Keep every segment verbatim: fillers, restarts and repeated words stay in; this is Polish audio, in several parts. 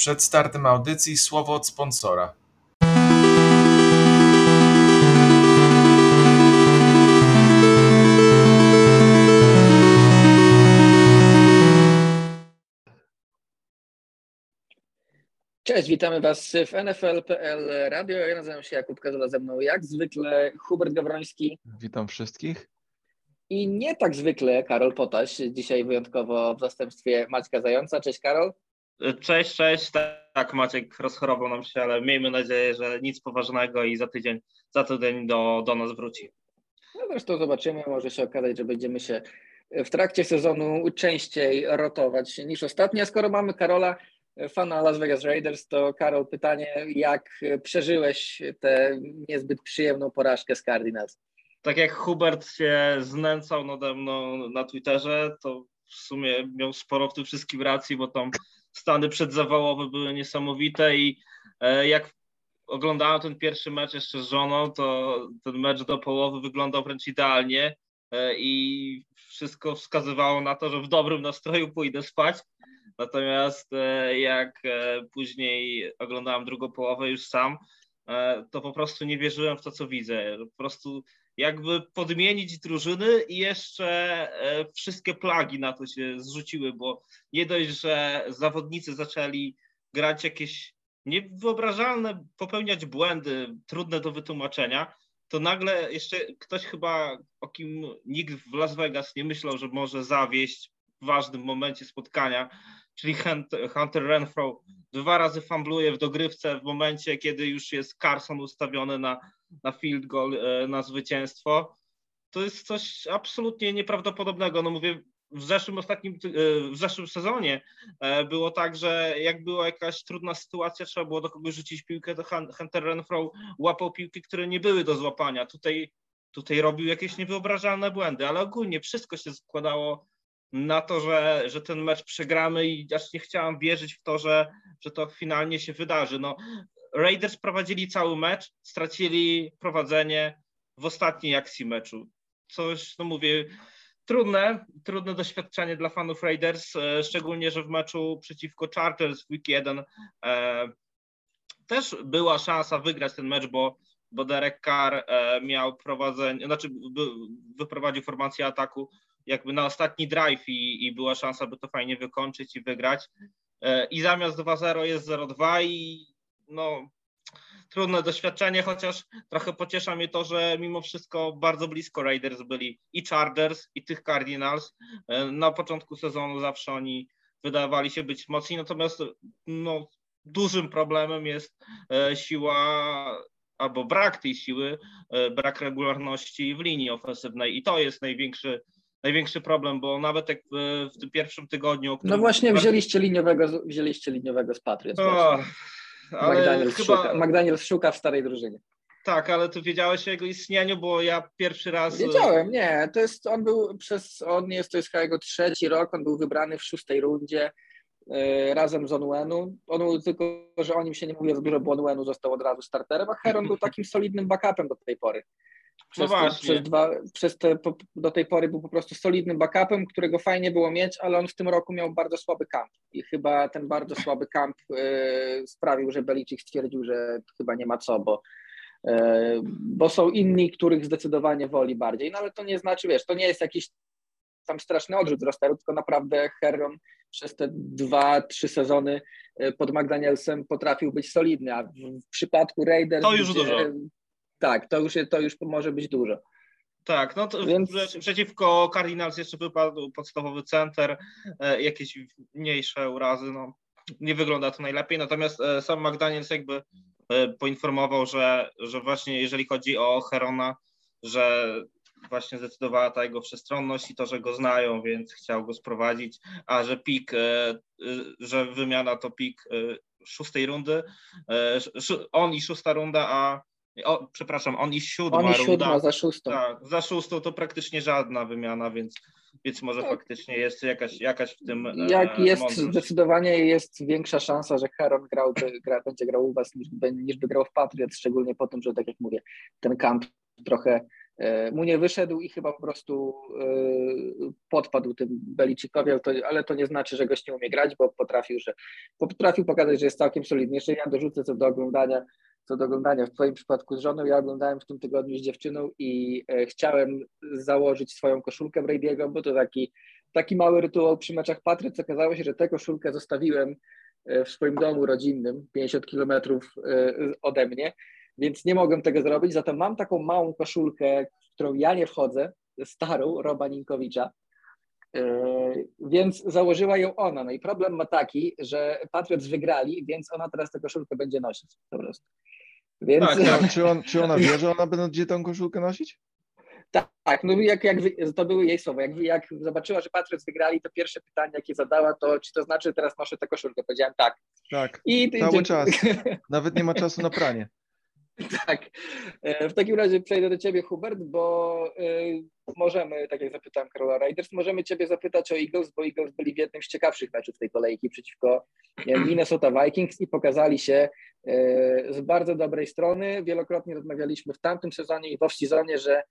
Przed startem audycji słowo od sponsora. Cześć, witamy Was w N F L kropka P L Radio. Ja nazywam się Jakub Kazola, ze mną jak zwykle Hubert Gawroński. Witam wszystkich. I nie tak zwykle Karol Potaś, dzisiaj wyjątkowo w zastępstwie Maćka Zająca. Cześć Karol. Cześć, cześć. Tak, Maciek rozchorował nam się, ale miejmy nadzieję, że nic poważnego i za tydzień, za tydzień do, do nas wróci. No zresztą zobaczymy, może się okazać, że będziemy się w trakcie sezonu częściej rotować niż ostatnio. Skoro mamy Karola, fana Las Vegas Raiders, to Karol, pytanie, jak przeżyłeś tę niezbyt przyjemną porażkę z Cardinals? Tak jak Hubert się znęcał nade mną na Twitterze, to w sumie miał sporo w tym wszystkim racji, bo tam stany przedzawałowe były niesamowite i jak oglądałem ten pierwszy mecz jeszcze z żoną, to ten mecz do połowy wyglądał wręcz idealnie i wszystko wskazywało na to, że w dobrym nastroju pójdę spać. Natomiast jak później oglądałem drugą połowę już sam, to po prostu nie wierzyłem w to, co widzę. Po prostu jakby podmienić drużyny i jeszcze wszystkie plagi na to się zrzuciły, bo nie dość, że zawodnicy zaczęli grać jakieś niewyobrażalne, popełniać błędy, trudne do wytłumaczenia, to nagle jeszcze ktoś chyba, o kim nikt w Las Vegas nie myślał, że może zawieść w ważnym momencie spotkania, czyli Hunter Renfrow dwa razy fambluje w dogrywce w momencie, kiedy już jest Carson ustawiony na, na field goal, na zwycięstwo. To jest coś absolutnie nieprawdopodobnego. No mówię, w zeszłym ostatnim, w zeszłym sezonie było tak, że jak była jakaś trudna sytuacja, trzeba było do kogoś rzucić piłkę, to Hunter Renfrow łapał piłki, które nie były do złapania. Tutaj, tutaj robił jakieś niewyobrażalne błędy, ale ogólnie wszystko się składało na to, że, że ten mecz przegramy i aż nie chciałam wierzyć w to, że, że to finalnie się wydarzy. No, Raiders prowadzili cały mecz, stracili prowadzenie w ostatniej akcji meczu. Coś, no mówię, trudne, trudne doświadczenie dla fanów Raiders, szczególnie, że w meczu przeciwko Chargers w week jeden e, też była szansa wygrać ten mecz, bo, bo Derek Carr e, miał prowadzenie, znaczy by, wyprowadził formację ataku jakby na ostatni drive i, i była szansa, by to fajnie wykończyć i wygrać. E, I zamiast dwa zero jest zero dwa i no trudne doświadczenie, chociaż trochę pociesza mnie to, że mimo wszystko bardzo blisko Raiders byli i Chargers, i tych Cardinals. Na początku sezonu zawsze oni wydawali się być mocni, natomiast no, dużym problemem jest siła albo brak tej siły, brak regularności w linii ofensywnej i to jest największy Największy problem, bo nawet jak w, w tym pierwszym tygodniu... No właśnie wzięliście liniowego, wzięliście liniowego z Patriots. O, ale McDaniels, chyba... szuka, McDaniels szuka w starej drużynie. Tak, ale ty wiedziałeś o jego istnieniu, bo ja pierwszy raz... Wiedziałem, nie, to jest, on był przez, on jest, to jest chyba jego trzeci rok, on był wybrany w szóstej rundzie yy, razem z Onwenu. On tylko, że o nim się nie mówi za dużo, bo Onwenu został od razu starterem, a Heron był takim solidnym backupem do tej pory. Przez, no właśnie. Przez, dwa, przez te, po, do tej pory był po prostu solidnym backupem, którego fajnie było mieć, ale on w tym roku miał bardzo słaby camp i chyba ten bardzo słaby camp yy, sprawił, że Belichick stwierdził, że chyba nie ma co, bo, yy, bo są inni, których zdecydowanie woli bardziej, no ale to nie znaczy, wiesz, to nie jest jakiś tam straszny odrzut z rosteru, tylko naprawdę Herron przez te dwa, trzy sezony pod McDanielsem potrafił być solidny, a w, w przypadku Raiders... To już gdzie, dużo. Tak, to już, to już może być dużo. Tak, no to Więc... przeciwko Cardinals jeszcze wypadł podstawowy center, e, jakieś mniejsze urazy, no nie wygląda to najlepiej, natomiast e, sam McDaniels jakby e, poinformował, że, że właśnie jeżeli chodzi o Herona, że właśnie zdecydowała ta jego wszechstronność i to, że go znają, więc chciał go sprowadzić, a że pik, e, e, że wymiana to pik e, szóstej rundy, e, on i szósta runda, a O, przepraszam, on i siódma on i siódma runda. za szóstą. Tak, za szóstą to praktycznie żadna wymiana, więc, więc może tak. faktycznie jest jakaś, jakaś w tym Jak e, jest, mądrość. Zdecydowanie jest większa szansa, że Heron grałby, gra, będzie grał u was niż, niż by grał w Patriots, szczególnie po tym, że tak jak mówię, ten camp trochę mu nie wyszedł i chyba po prostu podpadł tym Belicickowi, ale to nie znaczy, że gość nie umie grać, bo potrafił, że potrafił pokazać, że jest całkiem solidny. Jeszcze ja dorzucę co do oglądania, co do oglądania w twoim przypadku z żoną. Ja oglądałem w tym tygodniu z dziewczyną i chciałem założyć swoją koszulkę Brady'ego, bo to taki, taki mały rytuał przy meczach Patriots. Okazało się, że tę koszulkę zostawiłem w swoim domu rodzinnym, pięćdziesiąt kilometrów ode mnie, więc nie mogłem tego zrobić, za to mam taką małą koszulkę, w którą ja nie wchodzę, starą, Roba Ninkowicza, yy, więc założyła ją ona. No i problem ma taki, że Patriots wygrali, więc ona teraz tę koszulkę będzie nosić po prostu. Więc... Tak, tak. Czy, on, czy ona wie, że ona będzie tą koszulkę nosić? Tak, no jak, jak to były jej słowa. Jak, jak zobaczyła, że Patriots wygrali, to pierwsze pytanie, jakie zadała, to czy to znaczy, że teraz noszę tę koszulkę? Powiedziałem tak. Tak, I, cały i, czas. Nawet nie ma czasu na pranie. Tak. W takim razie przejdę do ciebie, Hubert, bo y, możemy, tak jak zapytałem Carola Raiders, możemy ciebie zapytać o Eagles, bo Eagles byli w jednym z ciekawszych meczów tej kolejki przeciwko nie, Minnesota Vikings i pokazali się y, z bardzo dobrej strony. Wielokrotnie rozmawialiśmy w tamtym sezonie i w off-seasonie, że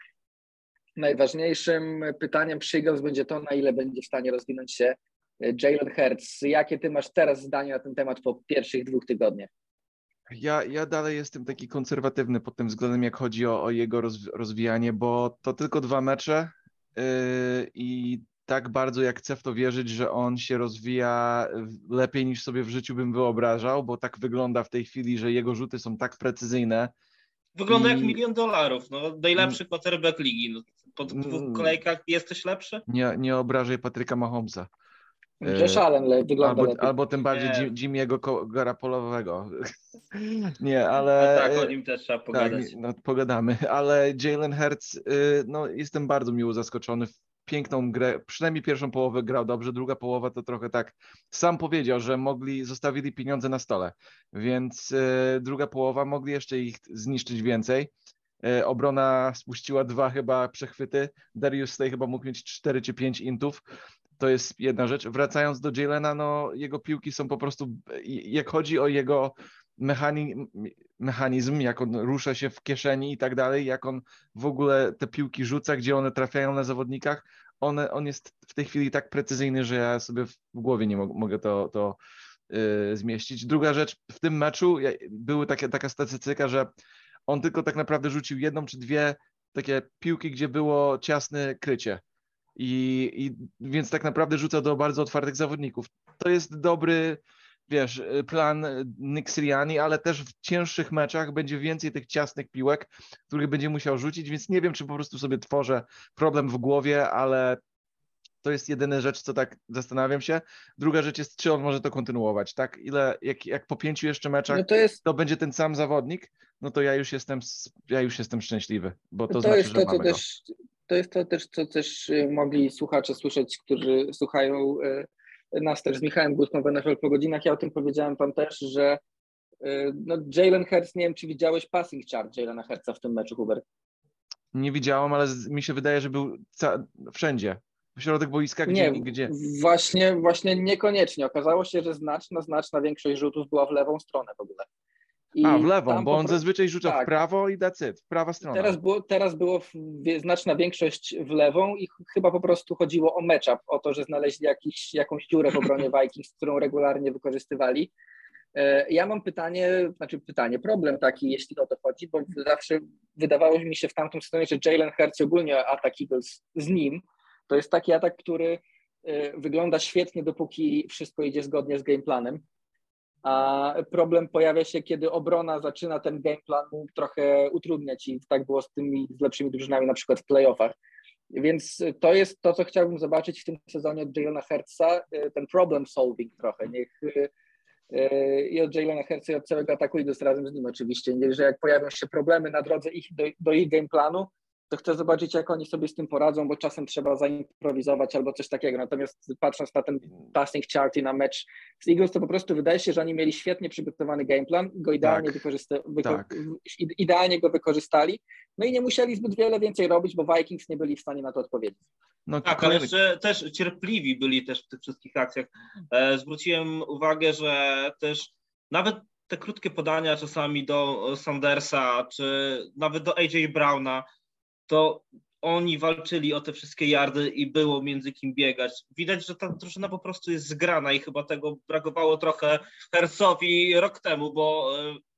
najważniejszym pytaniem przy Eagles będzie to, na ile będzie w stanie rozwinąć się Jalen Hurts. Jakie ty masz teraz zdanie na ten temat po pierwszych dwóch tygodniach? Ja, ja dalej jestem taki konserwatywny pod tym względem, jak chodzi o, o jego roz, rozwijanie, bo to tylko dwa mecze yy, i tak bardzo jak chcę w to wierzyć, że on się rozwija lepiej niż sobie w życiu bym wyobrażał, bo tak wygląda w tej chwili, że jego rzuty są tak precyzyjne. Wygląda I... jak milion dolarów, no najlepszy quarterback ligi. No, po dwóch kolejkach jesteś lepszy? Nie, nie obrażaj Patryka Mahomesa. Josh Allen le- wygląda albo, lepiej. albo tym bardziej Nie. Jimmy'ego Garapolowego. Nie, ale... A tak, o nim też trzeba pogadać. Tak, no, pogadamy, ale Jalen Hurts, y, no jestem bardzo miło zaskoczony. Piękną grę, przynajmniej pierwszą połowę grał dobrze, druga połowa to trochę tak, sam powiedział, że mogli, zostawili pieniądze na stole, więc y, druga połowa mogli jeszcze ich zniszczyć więcej. Y, obrona spuściła dwa chyba przechwyty, Darius Slay chyba mógł mieć cztery czy pięć intów. To jest jedna rzecz. Wracając do Jalena, no jego piłki są po prostu, jak chodzi o jego mechani- mechanizm, jak on rusza się w kieszeni i tak dalej, jak on w ogóle te piłki rzuca, gdzie one trafiają na zawodnikach, one, on jest w tej chwili tak precyzyjny, że ja sobie w głowie nie mo- mogę to, to yy, zmieścić. Druga rzecz, w tym meczu były takie, taka statystyka, że on tylko tak naprawdę rzucił jedną czy dwie takie piłki, gdzie było ciasne krycie. I, I więc tak naprawdę rzuca do bardzo otwartych zawodników. To jest dobry, wiesz, plan Nick Sirianni, ale też w cięższych meczach będzie więcej tych ciasnych piłek, których będzie musiał rzucić, więc nie wiem, czy po prostu sobie tworzę problem w głowie, ale to jest jedyna rzecz, co tak zastanawiam się. Druga rzecz jest, czy on może to kontynuować, tak? Ile, jak, jak po pięciu jeszcze meczach No to, jest, to będzie ten sam zawodnik, no to ja już jestem, ja już jestem szczęśliwy, bo to, to znaczy, jest że to, co mamy go. też, to jest to też, co też mogli słuchacze słyszeć, którzy słuchają nas też z Michałem Gutką w N F L po godzinach. Ja o tym powiedziałem tam też, że no Jalen Hurts, nie wiem, czy widziałeś passing chart Jalena Hurtsa w tym meczu, Hubert? Nie widziałam, ale z, mi się wydaje, że był ca- wszędzie. W środek boiska, gdzie... Nie, gdzie... Właśnie, właśnie niekoniecznie. Okazało się, że znaczna, znaczna większość rzutów była w lewą stronę w ogóle. I A, w lewą, bo on popro... zazwyczaj rzuca tak. w prawo i that's it, w prawa strona. Teraz było, teraz było w, znaczna większość w lewą i ch- chyba po prostu chodziło o matchup, o to, że znaleźli jakiś, jakąś dziurę w obronie Vikings, którą regularnie wykorzystywali. Ja mam pytanie, znaczy pytanie, problem taki, jeśli o to chodzi, bo zawsze wydawało mi się w tamtym sezonie, że Jalen Hurts, ogólnie atak Eagles z nim, to jest taki atak, który wygląda świetnie, dopóki wszystko idzie zgodnie z gameplanem, a problem pojawia się, kiedy obrona zaczyna ten gameplan trochę utrudniać i tak było z tymi z lepszymi drużynami, na przykład w playoffach. Więc to jest to, co chciałbym zobaczyć w tym sezonie od Jalena Hurtsa, ten problem solving trochę. Niech i od Jalena Hurtsa i od całego ataku Eagles razem z nim oczywiście, że jak pojawią się problemy na drodze ich, do, do ich gameplanu, to chcę zobaczyć, jak oni sobie z tym poradzą, bo czasem trzeba zaimprowizować albo coś takiego. Natomiast patrząc na ten passing chart i na mecz z Eagles, to po prostu wydaje się, że oni mieli świetnie przygotowany gameplan, go idealnie, tak, wykorzysta- wyko- tak. idealnie go wykorzystali, no i nie musieli zbyt wiele więcej robić, bo Vikings nie byli w stanie na to odpowiedzieć. No, tak, ale jeszcze też cierpliwi byli też w tych wszystkich akcjach. E, zwróciłem uwagę, że też nawet te krótkie podania czasami do Sandersa, czy nawet do A J Browna, to oni walczyli o te wszystkie yardy i było między kim biegać. Widać, że ta drużyna po prostu jest zgrana i chyba tego brakowało trochę Hertzowi rok temu, bo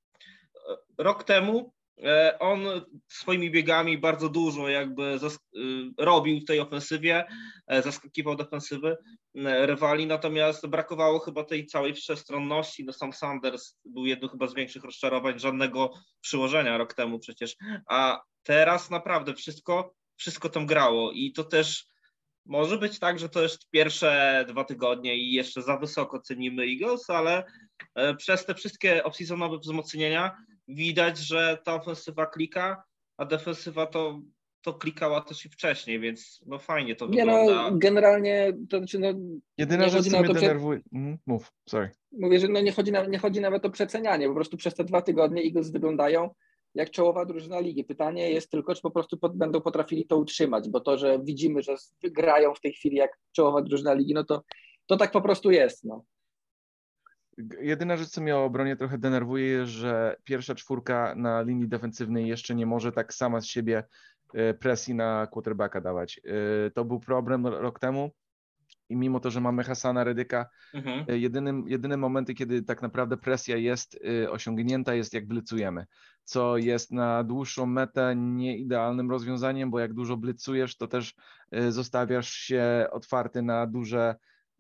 rok temu on swoimi biegami bardzo dużo jakby robił w tej ofensywie, zaskakiwał defensywy rywali, natomiast brakowało chyba tej całej wszechstronności. No sam Sanders był jednym chyba z większych rozczarowań, żadnego przyłożenia rok temu przecież, a teraz naprawdę wszystko, wszystko tam grało i to też może być tak, że to jest pierwsze dwa tygodnie i jeszcze za wysoko cenimy Eagles, ale przez te wszystkie off-seasonowe wzmocnienia widać, że ta ofensywa klika, a defensywa to, to klikała też i wcześniej, więc no fajnie to nie wygląda. No, generalnie to znaczy no, Jedyna rzecz, co mnie prze... denerwuje... Mm, mów, sorry. Mówię, że no nie, chodzi na, nie chodzi nawet o przecenianie, po prostu przez te dwa tygodnie Eagles wyglądają jak czołowa drużyna ligi. Pytanie jest tylko, czy po prostu pod, będą potrafili to utrzymać, bo to, że widzimy, że grają w tej chwili jak czołowa drużyna ligi, no to, to tak po prostu jest. No. Jedyna rzecz, co mnie o obronie trochę denerwuje, jest, że pierwsza czwórka na linii defensywnej jeszcze nie może tak sama z siebie presji na quarterbacka dawać. To był problem rok temu i mimo to, że mamy Hassana Reddyka, mhm. jedynym, jedyne momenty, kiedy tak naprawdę presja jest osiągnięta, jest jak blitzujemy, co jest na dłuższą metę nieidealnym rozwiązaniem, bo jak dużo blitzujesz, to też zostawiasz się otwarty na duże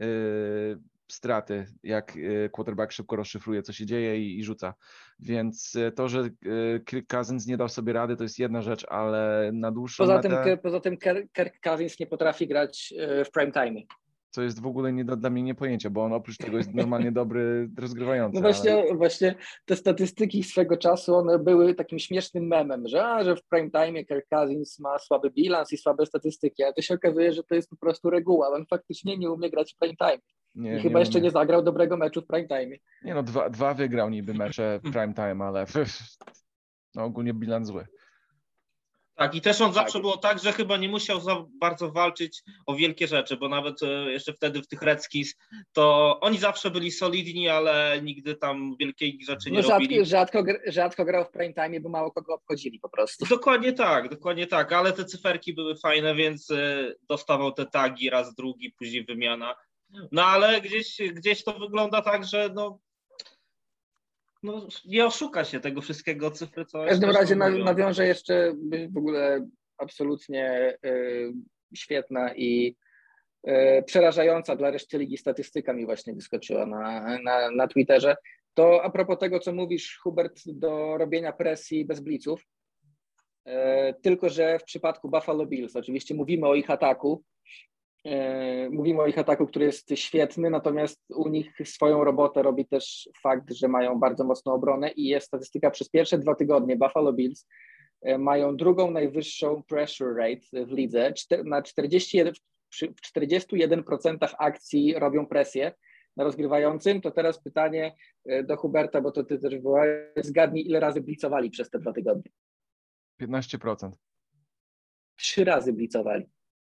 straty, jak quarterback szybko rozszyfruje, co się dzieje i, i rzuca. Więc to, że Kirk Cousins nie dał sobie rady, to jest jedna rzecz, ale na dłuższą poza metę... Tym, poza tym Kirk Cousins nie potrafi grać w prime time. Co jest w ogóle nie do, dla mnie nie pojęcie, bo on oprócz tego jest normalnie dobry rozgrywający. No właśnie, ale... właśnie te statystyki swego czasu, one były takim śmiesznym memem, że, a, że w prime time Kirk Cousins ma słaby bilans i słabe statystyki, ale to się okazuje, że to jest po prostu reguła. On faktycznie nie umie grać w prime time. Nie, I chyba nie jeszcze umie. nie zagrał dobrego meczu w prime time. Nie no, dwa, dwa wygrał niby mecze w prime time, ale no, ogólnie bilans zły. Tak, i też on zawsze tak. było tak, że chyba nie musiał za bardzo walczyć o wielkie rzeczy, bo nawet jeszcze wtedy w tych Redskins to oni zawsze byli solidni, ale nigdy tam wielkiej rzeczy nie no rzadko, robili. Rzadko, rzadko grał w prime time, bo mało kogo obchodzili po prostu. Dokładnie tak, dokładnie tak, ale te cyferki były fajne, więc dostawał te tagi raz, drugi, później wymiana. No ale gdzieś, gdzieś to wygląda tak, że no No, nie oszuka się tego wszystkiego, cyfry, co... W każdym razie na, nawiążę jeszcze w ogóle absolutnie y, świetna i y, przerażająca dla reszty ligi statystyka mi właśnie wyskoczyła na, na, na Twitterze. To a propos tego, co mówisz, Hubert, do robienia presji bez bliców, y, tylko że w przypadku Buffalo Bills, oczywiście mówimy o ich ataku, Mówimy o ich ataku, który jest świetny, natomiast u nich swoją robotę robi też fakt, że mają bardzo mocną obronę i jest statystyka przez pierwsze dwa tygodnie Buffalo Bills mają drugą najwyższą pressure rate w lidze. Na czterdzieści jeden, w czterdziestu jeden procent akcji robią presję na rozgrywającym. To teraz pytanie do Huberta, bo to ty też wywołałeś. Zgadnij, ile razy blicowali przez te dwa tygodnie? piętnaście procent. Trzy razy blicowali.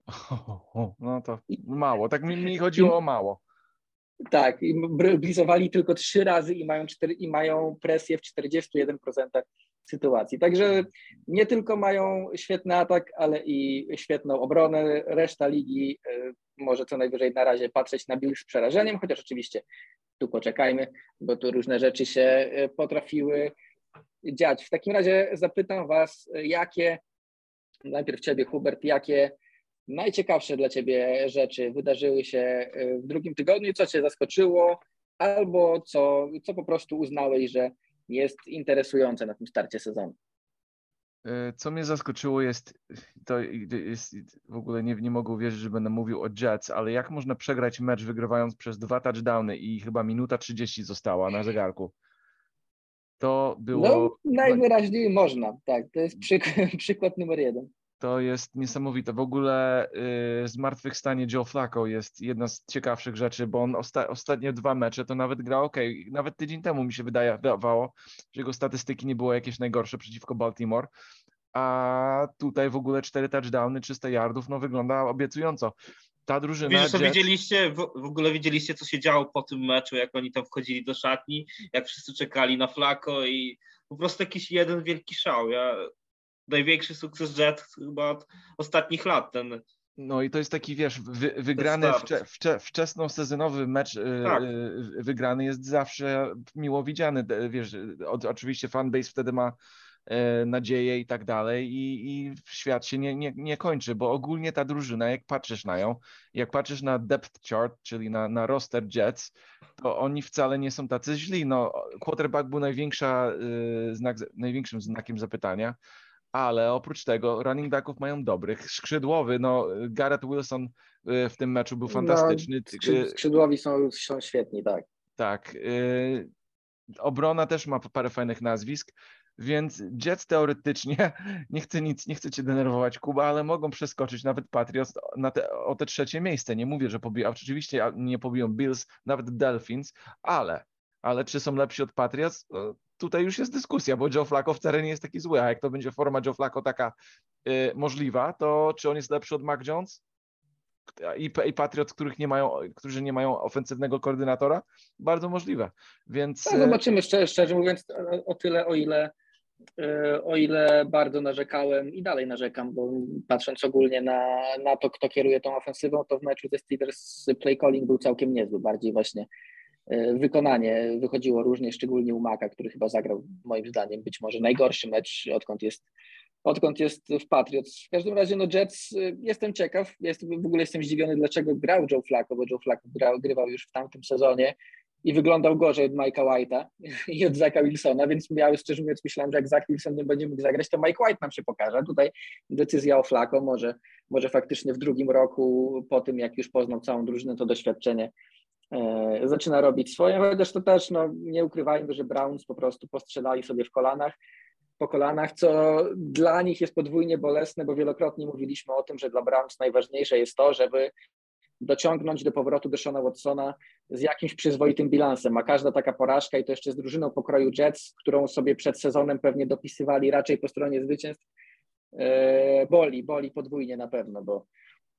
No to mało, tak mi, mi chodziło o mało. Tak, i blizowali tylko trzy razy i mają, cztery, i mają presję w czterdziestu jeden procent sytuacji. Także nie tylko mają świetny atak, ale i świetną obronę. Reszta ligi może co najwyżej na razie patrzeć na Bills z przerażeniem, chociaż oczywiście tu poczekajmy, bo tu różne rzeczy się potrafiły dziać. W takim razie zapytam Was, jakie, najpierw Ciebie Hubert, jakie najciekawsze dla Ciebie rzeczy wydarzyły się w drugim tygodniu, co Cię zaskoczyło, albo co, co po prostu uznałeś, że jest interesujące na tym starcie sezonu? Co mnie zaskoczyło jest, to jest w ogóle nie, nie mogę uwierzyć, że będę mówił o Jets, ale jak można przegrać mecz wygrywając przez dwa touchdowny i chyba minuta trzydzieści została na zegarku? To było... No najwyraźniej można, tak, to jest przykład, przykład numer jeden. To jest niesamowite. W ogóle yy, zmartwychwstanie Joe Flacco jest jedna z ciekawszych rzeczy, bo on osta- ostatnie dwa mecze to nawet grał ok. Nawet tydzień temu mi się wydaje, wydawało, że jego statystyki nie były jakieś najgorsze przeciwko Baltimore, a tutaj w ogóle cztery touchdowny, trzysta yardów, no wygląda obiecująco. ta drużyna Wiesz, że Jets... widzieliście, w, w ogóle widzieliście, co się działo po tym meczu, jak oni tam wchodzili do szatni, jak wszyscy czekali na Flacco i po prostu jakiś jeden wielki szał. Ja, największy sukces Jets chyba od ostatnich lat. Ten, No i to jest taki, wiesz, wy, wygrany wcze, wcze, wczesnosezonowy mecz tak. yy, wygrany jest zawsze miło widziany. Wiesz, od, oczywiście fanbase wtedy ma yy, nadzieję i tak dalej i, i świat się nie, nie, nie kończy, bo ogólnie ta drużyna, jak patrzysz na ją, jak patrzysz na depth chart, czyli na, na roster Jets, to oni wcale nie są tacy źli. No, quarterback był największa, yy, znak, największym znakiem zapytania. Ale oprócz tego running backów mają dobrych. Skrzydłowy, no Garrett Wilson w tym meczu był fantastyczny. No, skrzydłowi są, są świetni, tak. Tak. Obrona też ma parę fajnych nazwisk, więc Jets teoretycznie, nie chcę nic, nie chcę cię denerwować, Kuba, ale mogą przeskoczyć nawet Patriots na te, o te trzecie miejsce. Nie mówię, że pobiją, oczywiście nie pobiją Bills, nawet Dolphins, ale, ale czy są lepsi od Patriots? No, tutaj już jest dyskusja, bo Joe Flacco wcale nie jest taki zły, a jak to będzie forma Joe Flacco taka y, możliwa, to czy on jest lepszy od Mac Jones i, i Patriots, których nie mają, którzy nie mają ofensywnego koordynatora? Bardzo możliwe. Więc no, zobaczymy, szczerze, szczerze mówiąc, o tyle, o ile, o ile bardzo narzekałem i dalej narzekam, bo patrząc ogólnie na, na to, kto kieruje tą ofensywą, to w meczu ze Steelers play calling był całkiem niezły, bardziej właśnie wykonanie wychodziło różnie, szczególnie u Maka, który chyba zagrał moim zdaniem być może najgorszy mecz, odkąd jest, odkąd jest w Patriots. W każdym razie no Jets, jestem ciekaw, jest, w ogóle jestem zdziwiony, dlaczego grał Joe Flacco, bo Joe Flacco grał, grywał już w tamtym sezonie i wyglądał gorzej od Mike'a White'a i od Zacka Wilsona, więc ja szczerze mówiąc myślałem, że jak Zach Wilson nie będzie mógł zagrać, to Mike White nam się pokaże. Tutaj decyzja o Flacco, może, może faktycznie w drugim roku, po tym jak już poznał całą drużynę, to doświadczenie zaczyna robić swoje, chociaż to też, no nie ukrywajmy, że Browns po prostu postrzelali sobie w kolanach, po kolanach, co dla nich jest podwójnie bolesne, bo wielokrotnie mówiliśmy o tym, że dla Browns najważniejsze jest to, żeby dociągnąć do powrotu Deshona Watsona z jakimś przyzwoitym bilansem, a każda taka porażka i to jeszcze z drużyną pokroju Jets, którą sobie przed sezonem pewnie dopisywali raczej po stronie zwycięstw, boli, boli podwójnie na pewno, bo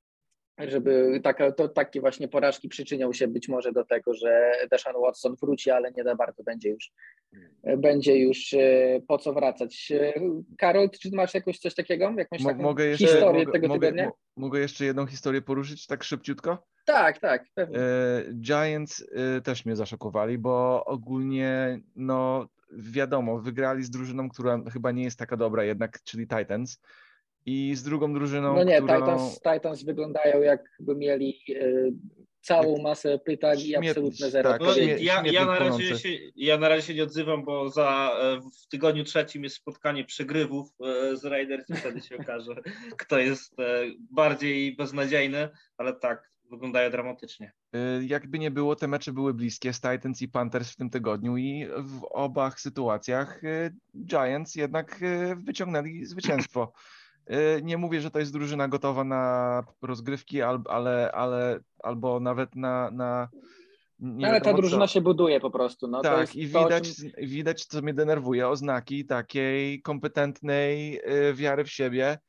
żeby taka, to takie właśnie porażki przyczynią się być może do tego, że Deshaun Watson wróci, ale nie za bardzo będzie już, będzie już po co wracać. Karol, czy masz jakąś coś takiego? Jakąś Mo, taką mogę jeszcze, historię mogę, tego mogę, tygodnia? mo, mogę jeszcze jedną historię poruszyć tak szybciutko? Tak, tak, pewnie. E, Giants e, też mnie zaszokowali, bo ogólnie no wiadomo, wygrali z drużyną, która chyba nie jest taka dobra jednak, czyli Titans. I z drugą drużyną, No nie, którą... Titans, Titans wyglądają jakby mieli y, całą masę pytań i Śmiet- absolutne zero tak, No, odpowiedzi. ja, śmietnik ja, na razie płonący. się, ja na razie się nie odzywam, bo za, w tygodniu trzecim jest spotkanie przegrywów z Raiders i wtedy się okaże, kto jest bardziej beznadziejny, ale tak, wyglądają dramatycznie. Jakby nie było, te mecze były bliskie z Titans i Panthers w tym tygodniu i w obach sytuacjach Giants jednak wyciągnęli zwycięstwo. Nie mówię, że to jest drużyna gotowa na rozgrywki, ale, ale albo nawet na... na nie ale ta wiadomo drużyna co. się buduje po prostu. No, to Tak, jest i to, widać, czym... widać, co mnie denerwuje, oznaki takiej kompetentnej y, wiary w siebie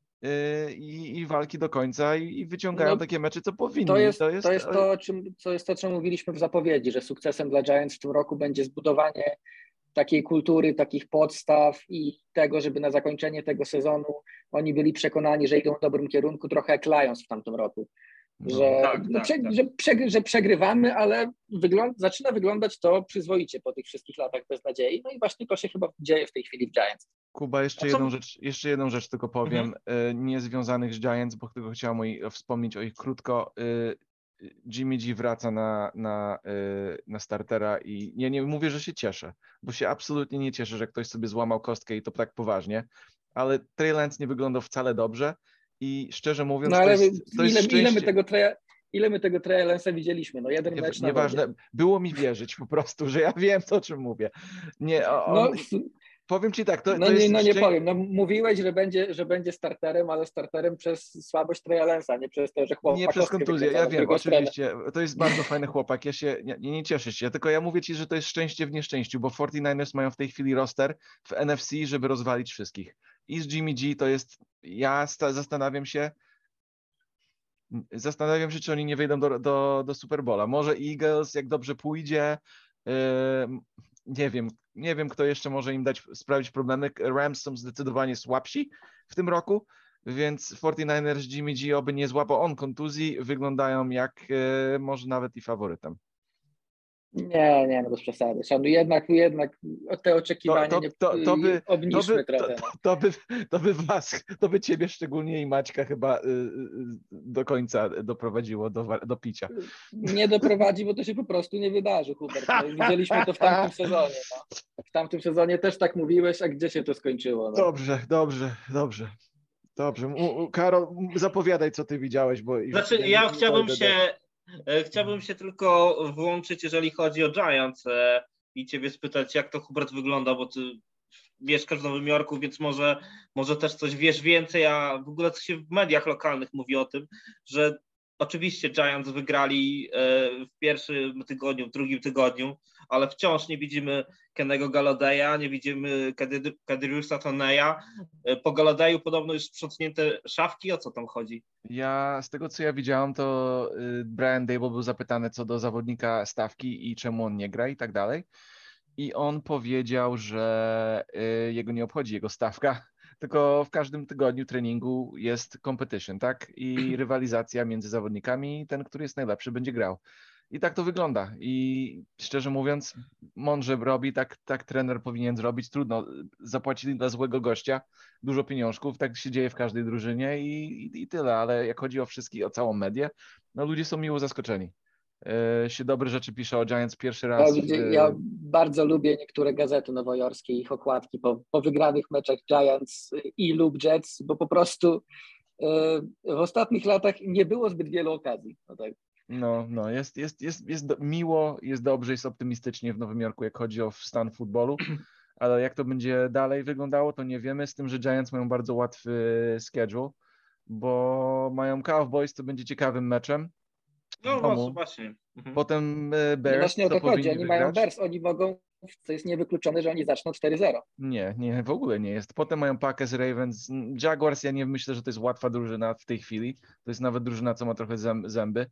y, i, i walki do końca i, i wyciągają No, takie mecze, co powinni. To jest to jest, to, jest to, o czym, co jest to, co mówiliśmy w zapowiedzi, że sukcesem dla Giants w tym roku będzie zbudowanie takiej kultury, takich podstaw i tego, żeby na zakończenie tego sezonu oni byli przekonani, że idą w dobrym kierunku, trochę jak Lions w tamtym roku. No, Że, tak, no, tak, prze, tak. Że, prze, że przegrywamy, ale wygląd, zaczyna wyglądać to przyzwoicie po tych wszystkich latach beznadziei. No i właśnie to się chyba dzieje w tej chwili w Giants. Kuba, jeszcze A co- jedną rzecz, jeszcze jedną rzecz tylko powiem, y, nie związanych z Giants, bo tylko chciałem o ich, wspomnieć o ich krótko. Y, Jimmy G wraca na, na, y, na startera i ja nie mówię, że się cieszę, bo się absolutnie nie cieszę, że ktoś sobie złamał kostkę i to tak poważnie, ale Trey Lance nie wyglądał wcale dobrze i szczerze mówiąc No ale to jest, to jest ile, ile my szczęście. tego treja, ile my tego Treya Lance'a widzieliśmy? No jeden Nie, mecz na nieważne, wodzie. było mi wierzyć po prostu, że ja wiem, o czym mówię. Nie, on, No, powiem ci tak, to, no, to nie, jest no nie szczę- powiem, no mówiłeś, że będzie, że będzie starterem, ale starterem przez słabość Treya Lance'a, nie przez to, że chłopak Nie przez kontuzję, ja wykręcono w wiem, drugą stronę. oczywiście, to jest bardzo fajny chłopak, ja się nie, nie cieszę się, tylko ja mówię ci, że to jest szczęście w nieszczęściu, bo forty-niners mają w tej chwili roster w N F C, żeby rozwalić wszystkich. I z Jimmy G to jest, ja sta- zastanawiam się, Zastanawiam się, czy oni nie wejdą do, do, do Super Bowla. Może Eagles, jak dobrze pójdzie. Yy, nie wiem, nie wiem, kto jeszcze może im dać sprawić problemy. Rams są zdecydowanie słabsi w tym roku, więc czterdzieści dziewięć Jimmy G, oby nie złapał on kontuzji, wyglądają jak yy, może nawet i faworytem. Nie, nie, no bez przesady. Szanuję, jednak, jednak te oczekiwania To, to, nie, to, to by, obniżmy to by, trochę. to, No. to, by, to by was, to by ciebie szczególnie i Maćka chyba y, y, do końca doprowadziło do, do picia. Nie doprowadzi, bo to się po prostu nie wydarzy, Hubert. No, i widzieliśmy to w tamtym sezonie. No. W tamtym sezonie też tak mówiłeś, a gdzie się to skończyło? No. Dobrze, dobrze, dobrze. Dobrze. Karol, zapowiadaj, co ty widziałeś, bo... Znaczy, ja, ja nie chciałbym dojdę się, do... chciałbym się tylko włączyć, jeżeli chodzi o Giants e, i ciebie spytać, jak to, Hubert, wygląda, bo ty mieszkasz w Nowym Jorku, więc może, może też coś wiesz więcej, a w ogóle co się w mediach lokalnych mówi o tym, że oczywiście Giants wygrali w pierwszym tygodniu, w drugim tygodniu, ale wciąż nie widzimy Kennego Galladaya, nie widzimy Kadariusa Toney'a. Po Galladaju podobno już sprzątnięte szafki, o co tam chodzi? Ja, z tego co ja widziałam, to Brian Daboll był zapytany co do zawodnika stawki i czemu on nie gra i tak dalej. I on powiedział, że jego nie obchodzi jego stawka, tylko w każdym tygodniu treningu jest competition, tak? I rywalizacja między zawodnikami, ten, który jest najlepszy, będzie grał. I tak to wygląda. I szczerze mówiąc, mądrze robi, tak, tak trener powinien zrobić. Trudno, zapłacić dla złego gościa dużo pieniążków, tak się dzieje w każdej drużynie i, i, i tyle. Ale jak chodzi o wszystkich, o całą medię, no ludzie są miło zaskoczeni. Yy, się dobre rzeczy pisze o Giants pierwszy raz. Ja, w... ja bardzo lubię niektóre gazety nowojorskie, ich okładki po, po wygranych meczach Giants i lub Jets, bo po prostu yy, w ostatnich latach nie było zbyt wielu okazji. No, tak. no, no jest, jest, jest, jest do, miło, jest dobrze, jest optymistycznie w Nowym Jorku, jak chodzi o stan futbolu, ale jak to będzie dalej wyglądało, to nie wiemy, z tym, że Giants mają bardzo łatwy schedule, bo mają Cowboys, to będzie ciekawym meczem. No, no właśnie. Mhm. Potem No Bears, właśnie o to to chodzi, powinni oni wygrać. mają Bears, oni mogą, to jest niewykluczone, że oni zaczną cztery zero. Nie, nie, w ogóle nie jest. Potem mają Packers, Ravens, Jaguars, ja nie myślę, że to jest łatwa drużyna w tej chwili. To jest nawet drużyna, co ma trochę zęby.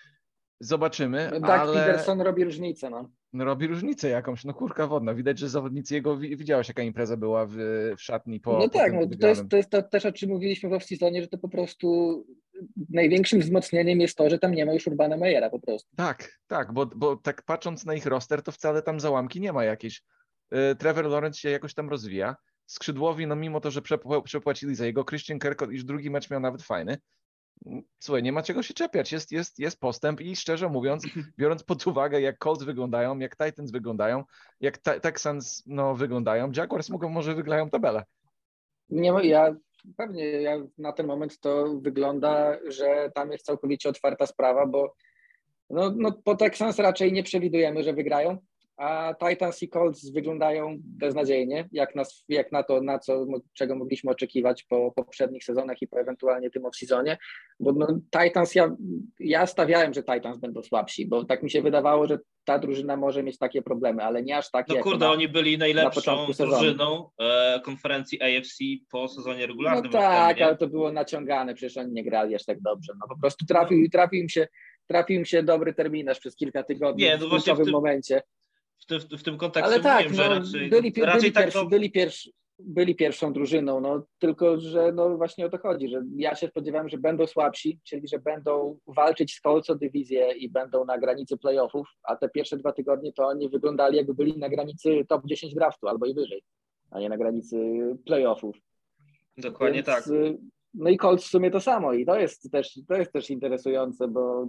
Zobaczymy, Doug ale... Peterson robi różnicę, no. No, robi różnicę jakąś, no kurka wodna. Widać, że zawodnicy jego, widziałeś jaka impreza była w, w szatni po, No po tak, tym no, to, jest, to jest to też, o czym mówiliśmy w off-seasonie, że to po prostu największym wzmocnieniem jest to, że tam nie ma już Urbana Meyera po prostu. Tak, tak, bo, bo tak patrząc na ich roster, to wcale tam załamki nie ma jakieś. Trevor Lawrence się jakoś tam rozwija. Skrzydłowi, no mimo to, że przepłacili za jego, Christian Kirk już drugi mecz miał nawet fajny. Słuchaj, nie ma czego się czepiać, jest, jest, jest postęp i szczerze mówiąc, biorąc pod uwagę jak Colts wyglądają, jak Titans wyglądają, jak Texans no, wyglądają, Jaguars mogą, może wygrają tabelę. Nie, ja pewnie ja, na ten moment to wygląda, że tam jest całkowicie otwarta sprawa, bo no, no, po Texans raczej nie przewidujemy, że wygrają, a Titans i Colts wyglądają beznadziejnie, jak, nas, jak na to, na co, czego mogliśmy oczekiwać po poprzednich sezonach i po ewentualnie tym off-seasonie, bo no, Titans, ja, ja stawiałem, że Titans będą słabsi, bo tak mi się wydawało, że ta drużyna może mieć takie problemy, ale nie aż takie. No kurde, na, oni byli najlepszą drużyną e, konferencji A F C po sezonie regularnym. No tak, ale to było naciągane, przecież oni nie grali aż tak dobrze, no po prostu trafił, trafił im się trafił im się dobry terminarz przez kilka tygodni nie, no w kluczowym momencie. W tym, w tym kontekście ale tak, mówiłem, no, że raczej, byli, raczej byli, tak pierwszy, to... byli, pierwszy, byli pierwszą drużyną, no tylko, że no właśnie o to chodzi, że ja się spodziewałem, że będą słabsi, czyli że będą walczyć z Colts o dywizję i będą na granicy playoffów, a te pierwsze dwa tygodnie to oni wyglądali jakby byli na granicy top dziesięć draftu albo i wyżej, a nie na granicy playoffów. Dokładnie Więc, tak. No i Colts w sumie to samo i to jest też, to jest też interesujące, bo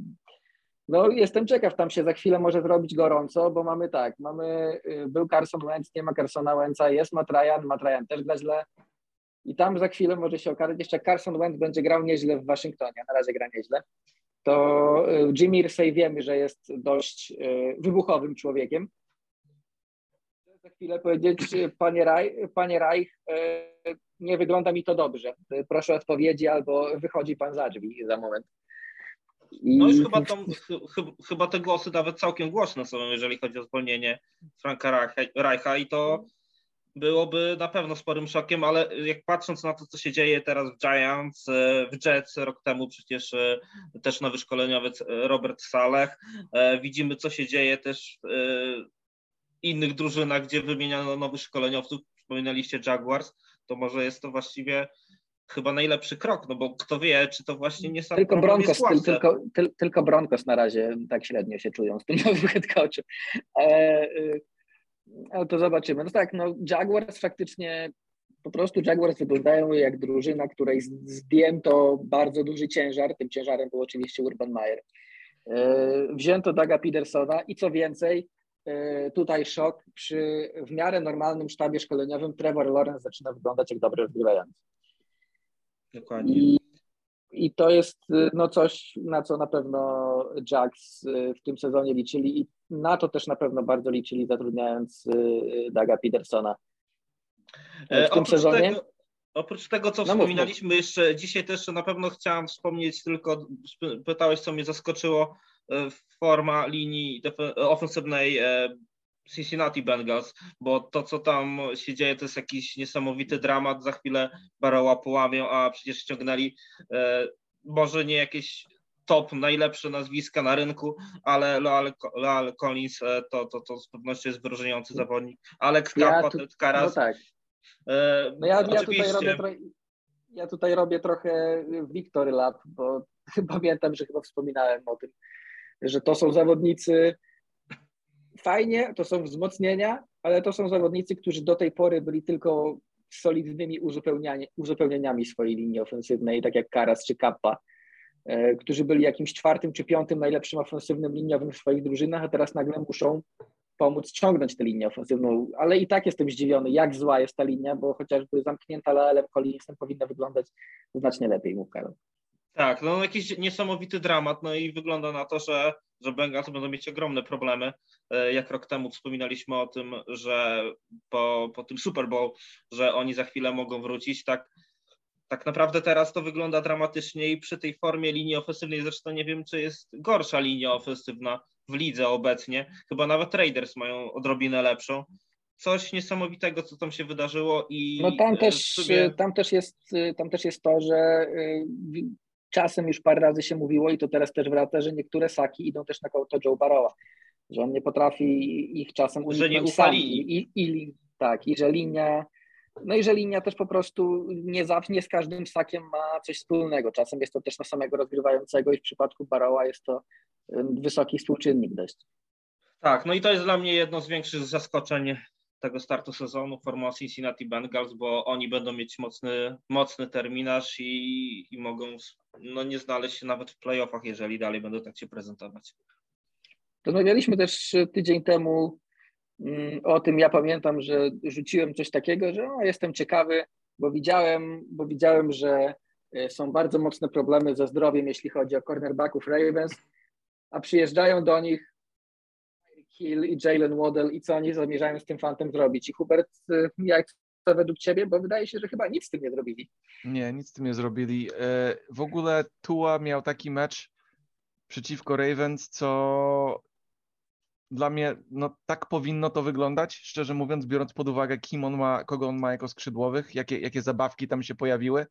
no jestem ciekaw, tam się za chwilę może zrobić gorąco, bo mamy tak, mamy, był Carson Wentz, nie ma Carsona Wentza, jest Matt Ryan, Matt Ryan też gra źle i tam za chwilę może się okazać, jeszcze Carson Wentz będzie grał nieźle w Waszyngtonie, na razie gra nieźle, to Jimmy Irsay wiemy, że jest dość wybuchowym człowiekiem. Za chwilę powiedzieć, panie Reich, panie Reich, nie wygląda mi to dobrze, proszę odpowiedzi albo wychodzi pan za drzwi za moment. I... No już chyba, tam, ch- chyba te głosy nawet całkiem głośne są, jeżeli chodzi o zwolnienie Franka Reicha i to byłoby na pewno sporym szokiem, ale jak patrząc na to, co się dzieje teraz w Giants, w Jets, rok temu przecież też nowy szkoleniowiec Robert Saleh, widzimy, co się dzieje też w innych drużynach, gdzie wymieniano nowych szkoleniowców, wspominaliście Jaguars, to może jest to właściwie chyba najlepszy krok, no bo kto wie, czy to właśnie nie sam tylko problem Broncos, jest w ławce. tylko, ty, tylko Broncos na razie tak średnio się czują z tym nowym head coachem. Ale, ale to zobaczymy. No tak, no Jaguars faktycznie, po prostu Jaguars wyglądają jak drużyna, której zdjęto bardzo duży ciężar. Tym ciężarem był oczywiście Urban Meyer. Wzięto Douga Petersona i co więcej, tutaj szok, przy w miarę normalnym sztabie szkoleniowym Trevor Lawrence zaczyna wyglądać jak dobry rozgrywający. Dokładnie. I, I to jest no coś, na co na pewno Jags w tym sezonie liczyli i na to też na pewno bardzo liczyli, zatrudniając Douga Petersona. W e, tym oprócz sezonie. Tego, oprócz tego, co no wspominaliśmy mów, mów. jeszcze dzisiaj też na pewno chciałam wspomnieć, tylko pytałeś, co mnie zaskoczyło, forma linii ofensywnej Cincinnati Bengals, bo to, co tam się dzieje, to jest jakiś niesamowity dramat. Za chwilę Barrowa połamią, a przecież ściągnęli e, może nie jakieś top, najlepsze nazwiska na rynku, ale Leal Collins e, to, to, to z pewnością jest wyróżniający zawodnik. Alex Ja Kappa, Karas. No tak. E, no ja, ja, oczywiście. tutaj robię trochę, ja tutaj robię trochę Victory Lap, bo pamiętam, że chyba wspominałem o tym, że to są zawodnicy fajnie, to są wzmocnienia, ale to są zawodnicy, którzy do tej pory byli tylko solidnymi uzupełnieniami swojej linii ofensywnej, tak jak Karas czy Kappa, e, którzy byli jakimś czwartym czy piątym najlepszym ofensywnym liniowym w swoich drużynach, a teraz nagle muszą pomóc ciągnąć tę linię ofensywną, ale i tak jestem zdziwiony, jak zła jest ta linia, bo chociażby zamknięta Lealem Collinsem powinna wyglądać znacznie lepiej, mów Karol. Tak, no jakiś niesamowity dramat, no i wygląda na to, że, że Bengals będą mieć ogromne problemy. Jak rok temu wspominaliśmy o tym, że po, po tym Super Bowl, że oni za chwilę mogą wrócić, tak, tak naprawdę teraz to wygląda dramatycznie i przy tej formie linii ofensywnej, zresztą nie wiem, czy jest gorsza linia ofensywna w lidze obecnie, chyba nawet Raiders mają odrobinę lepszą. Coś niesamowitego, co tam się wydarzyło i no tam też, sobie... tam też jest, tam też jest to, że czasem już parę razy się mówiło i to teraz też wraca, że niektóre saki idą też na konto Joe Burrowa, że on nie potrafi ich czasem uniknąć że nie ufa sam. linii. I, i, tak, i że linia, no i że linia też po prostu nie zawsze, nie z każdym sakiem ma coś wspólnego. Czasem jest to też na samego rozgrywającego i w przypadku Burrowa jest to wysoki współczynnik dość. Tak, no i to jest dla mnie jedno z większych zaskoczeń tego startu sezonu, forma Cincinnati Bengals, bo oni będą mieć mocny, mocny terminarz i, i mogą no, nie znaleźć się nawet w playoffach, jeżeli dalej będą tak się prezentować. Rozmawialiśmy też tydzień temu o tym, ja pamiętam, że rzuciłem coś takiego, że o, jestem ciekawy, bo widziałem, bo widziałem, że są bardzo mocne problemy ze zdrowiem, jeśli chodzi o cornerbacków Ravens, a przyjeżdżają do nich Hill i Jalen Waddell i co oni zamierzają z tym fantem zrobić. I Hubert, jak to według ciebie? Bo wydaje się, że chyba nic z tym nie zrobili. Nie, nic z tym nie zrobili. W ogóle Tua miał taki mecz przeciwko Ravens, co dla mnie, no tak powinno to wyglądać, szczerze mówiąc, biorąc pod uwagę, kim on ma, kogo on ma jako skrzydłowych, jakie, jakie zabawki tam się pojawiły.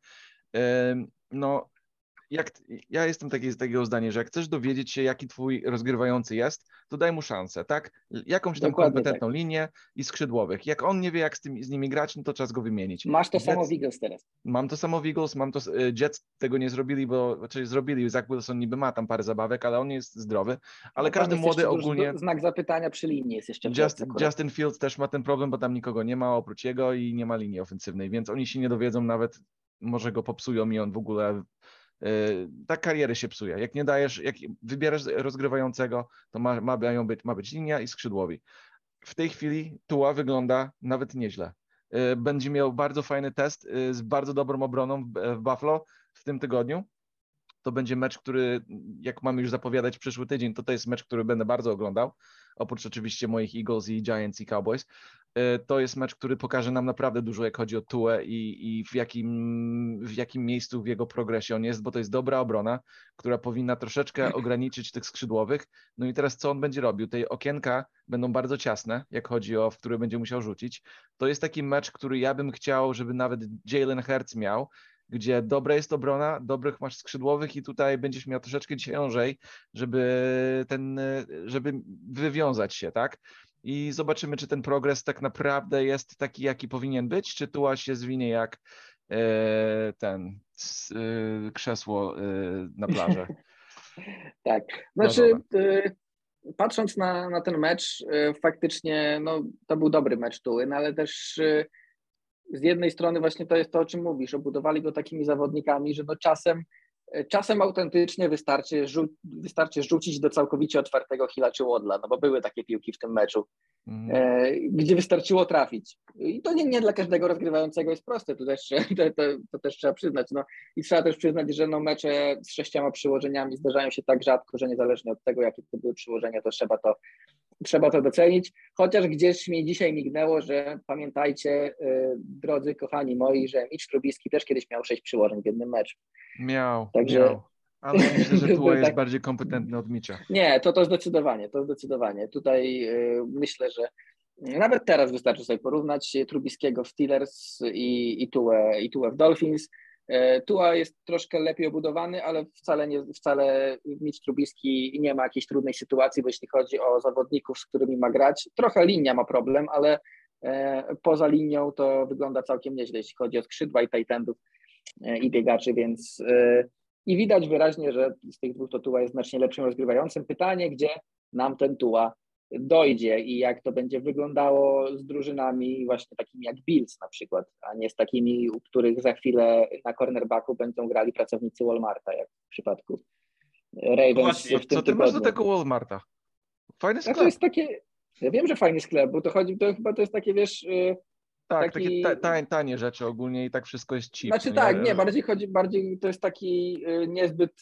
No, jak, ja jestem taki, takiego zdania, że jak chcesz dowiedzieć się, jaki twój rozgrywający jest, to daj mu szansę, tak? Jakąś tam Dokładnie kompetentną tak. linię i skrzydłowych. Jak on nie wie, jak z, tym, z nimi grać, no to czas go wymienić. Masz to Jets, samo w Eagles teraz. Mam to samo w Eagles, mam to, Jets tego nie zrobili, bo, znaczy zrobili, Zach Wilson niby ma tam parę zabawek, ale on jest zdrowy, ale no, każdy młody ogólnie... Znak zapytania przy linii jest jeszcze. Just, Justin Fields też ma ten problem, bo tam nikogo nie ma oprócz jego i nie ma linii ofensywnej, więc oni się nie dowiedzą nawet, może go popsują i on w ogóle... Tak kariery się psuje. Jak nie dajesz, jak wybierasz rozgrywającego, to ma, ma, mają być, ma być linia i skrzydłowi. W tej chwili Tua wygląda nawet nieźle. Będzie miał bardzo fajny test z bardzo dobrą obroną w Buffalo w tym tygodniu. To będzie mecz, który, jak mamy już zapowiadać przyszły tydzień, to to jest mecz, który będę bardzo oglądał. Oprócz oczywiście moich Eagles i Giants i Cowboys. to jest mecz, który pokaże nam naprawdę dużo, jak chodzi o Tuę i, i w, jakim, w jakim miejscu w jego progresie on jest, bo to jest dobra obrona, która powinna troszeczkę ograniczyć tych skrzydłowych. No i teraz co on będzie robił? Te okienka będą bardzo ciasne, jak chodzi o, w które będzie musiał rzucić. To jest taki mecz, który ja bym chciał, żeby nawet Jalen Hurts miał, gdzie dobra jest obrona, dobrych masz skrzydłowych i tutaj będziesz miał troszeczkę ciężej, żeby ten, żeby wywiązać się, tak? I zobaczymy, czy ten progres tak naprawdę jest taki, jaki powinien być, czy Tua się zwinie jak e, ten e, krzesło e, na plaży. Tak, znaczy e, patrząc na, na ten mecz, e, faktycznie no, to był dobry mecz Tuły, no, ale też e, z jednej strony właśnie to jest to, o czym mówisz, obudowali go takimi zawodnikami, że no czasem, czasem autentycznie wystarczy, rzu- wystarczy rzucić do całkowicie otwartego Hilla czy Waddla, no bo były takie piłki w tym meczu, mm. e, gdzie wystarczyło trafić. I to nie, nie dla każdego rozgrywającego jest proste, to też, to, to, to też trzeba przyznać. No. I trzeba też przyznać, że no mecze z sześcioma przyłożeniami zdarzają się tak rzadko, że niezależnie od tego, jakie to były przyłożenia, to trzeba to Trzeba to docenić, chociaż gdzieś mi dzisiaj mignęło, że pamiętajcie, yy, drodzy kochani moi, że Mitch Trubisky też kiedyś miał sześć przyłożeń w jednym meczu. Miał, Także... miał. Ale myślę, że Tua jest tak... bardziej kompetentny od Mitcha. Nie, to to zdecydowanie, to zdecydowanie. Tutaj yy, myślę, że nawet teraz wystarczy sobie porównać Trubiskiego w Steelers i, i, Tuę, i Tuę w Dolphins. Tua jest troszkę lepiej obudowany, ale wcale, nie, wcale Mitch Trubisky nie ma jakiejś trudnej sytuacji, bo jeśli chodzi o zawodników, z którymi ma grać, trochę linia ma problem, ale e, poza linią to wygląda całkiem nieźle, jeśli chodzi o skrzydła i tight endów e, i biegaczy, więc e, i widać wyraźnie, że z tych dwóch to Tua jest znacznie lepszym rozgrywającym. Pytanie, gdzie nam ten Tua dojdzie i jak to będzie wyglądało z drużynami właśnie takimi jak Bills na przykład, a nie z takimi, u których za chwilę na cornerbacku będą grali pracownicy Walmarta, jak w przypadku Ravens. Właśnie, w tym co ty masz do tego Walmarta? Fajny sklep. Znaczy to jest takie, ja wiem, że fajny sklep, bo to chodzi, to chyba to jest takie, wiesz... Tak, taki... takie ta, tanie rzeczy ogólnie i tak wszystko jest cheap. Znaczy tak, nie, bardziej chodzi, bardziej to jest taki niezbyt...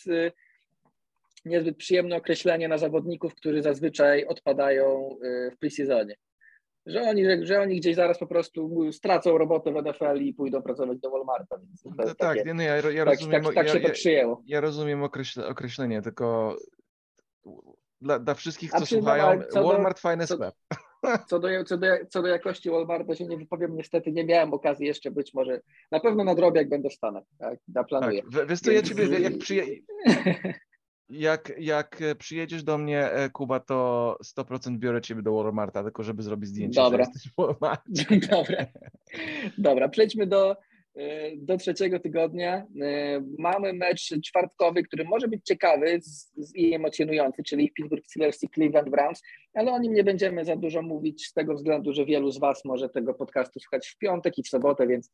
niezbyt przyjemne określenie na zawodników, którzy zazwyczaj odpadają w pre-seasonie. Że oni, że, że oni gdzieś zaraz po prostu stracą robotę w N F L i pójdą pracować do Walmarta. Więc to no tak, takie, no ja, ja tak, rozumiem, tak, tak się ja, to przyjęło. Ja, ja rozumiem określe, określenie, tylko dla, dla wszystkich, co A słuchają, co Walmart do, fajny co, sklep. Co do, co, do, co do jakości Walmarta się nie wypowiem, niestety nie miałem okazji jeszcze być może, na pewno nadrobię, jak będę w Stanach, tak, planuję. Tak, wiesz co, ja ciebie, jak przyje... Jak, jak przyjedziesz do mnie, Kuba, to sto procent biorę ciebie do Walmarta, tylko żeby zrobić zdjęcie, Dobra. że jesteś w Walmarcie. Dobra. Dobra, przejdźmy do, do trzeciego tygodnia. Mamy mecz czwartkowy, który może być ciekawy z, z i emocjonujący, czyli Pittsburgh Steelers i Cleveland Browns, ale o nim nie będziemy za dużo mówić z tego względu, że wielu z Was może tego podcastu słuchać w piątek i w sobotę, więc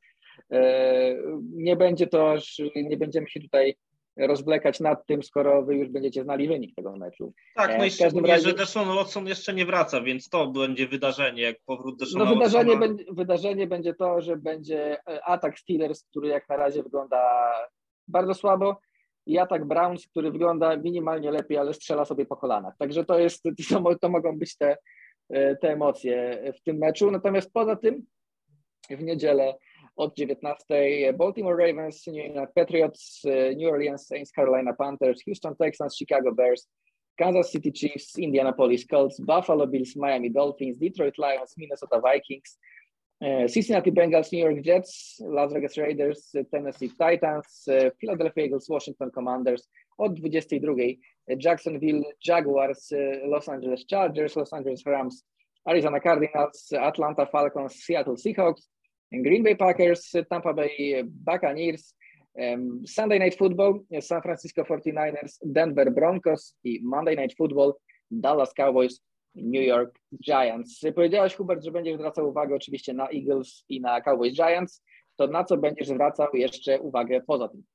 nie będzie to, nie będziemy się tutaj rozwlekać nad tym, skoro wy już będziecie znali wynik tego meczu. Tak, no i szczególnie, razie... że Deshaun Watson jeszcze nie wraca, więc to będzie wydarzenie, jak powrót Deshauna No wydarzenie, Watsona. będzie, wydarzenie będzie to, że będzie atak Steelers, który jak na razie wygląda bardzo słabo, i atak Browns, który wygląda minimalnie lepiej, ale strzela sobie po kolanach. Także to jest, to, to mogą być te, te emocje w tym meczu. Natomiast poza tym w niedzielę od dziewiętnastej Baltimore Ravens, New England Patriots, New Orleans Saints, Carolina Panthers, Houston Texans, Chicago Bears, Kansas City Chiefs, Indianapolis Colts, Buffalo Bills, Miami Dolphins, Detroit Lions, Minnesota Vikings, Cincinnati Bengals, New York Jets, Las Vegas Raiders, Tennessee Titans, Philadelphia Eagles, Washington Commanders, od dwudziestej drugiej Jacksonville Jaguars, Los Angeles Chargers, Los Angeles Rams, Arizona Cardinals, Atlanta Falcons, Seattle Seahawks, Green Bay Packers, Tampa Bay Buccaneers, um, Sunday Night Football, San Francisco forty-niners, Denver Broncos i Monday Night Football, Dallas Cowboys, New York Giants. Powiedziałeś, Hubert, że będziesz zwracał uwagę oczywiście na Eagles i na Cowboys Giants. To na co będziesz zwracał jeszcze uwagę poza tym?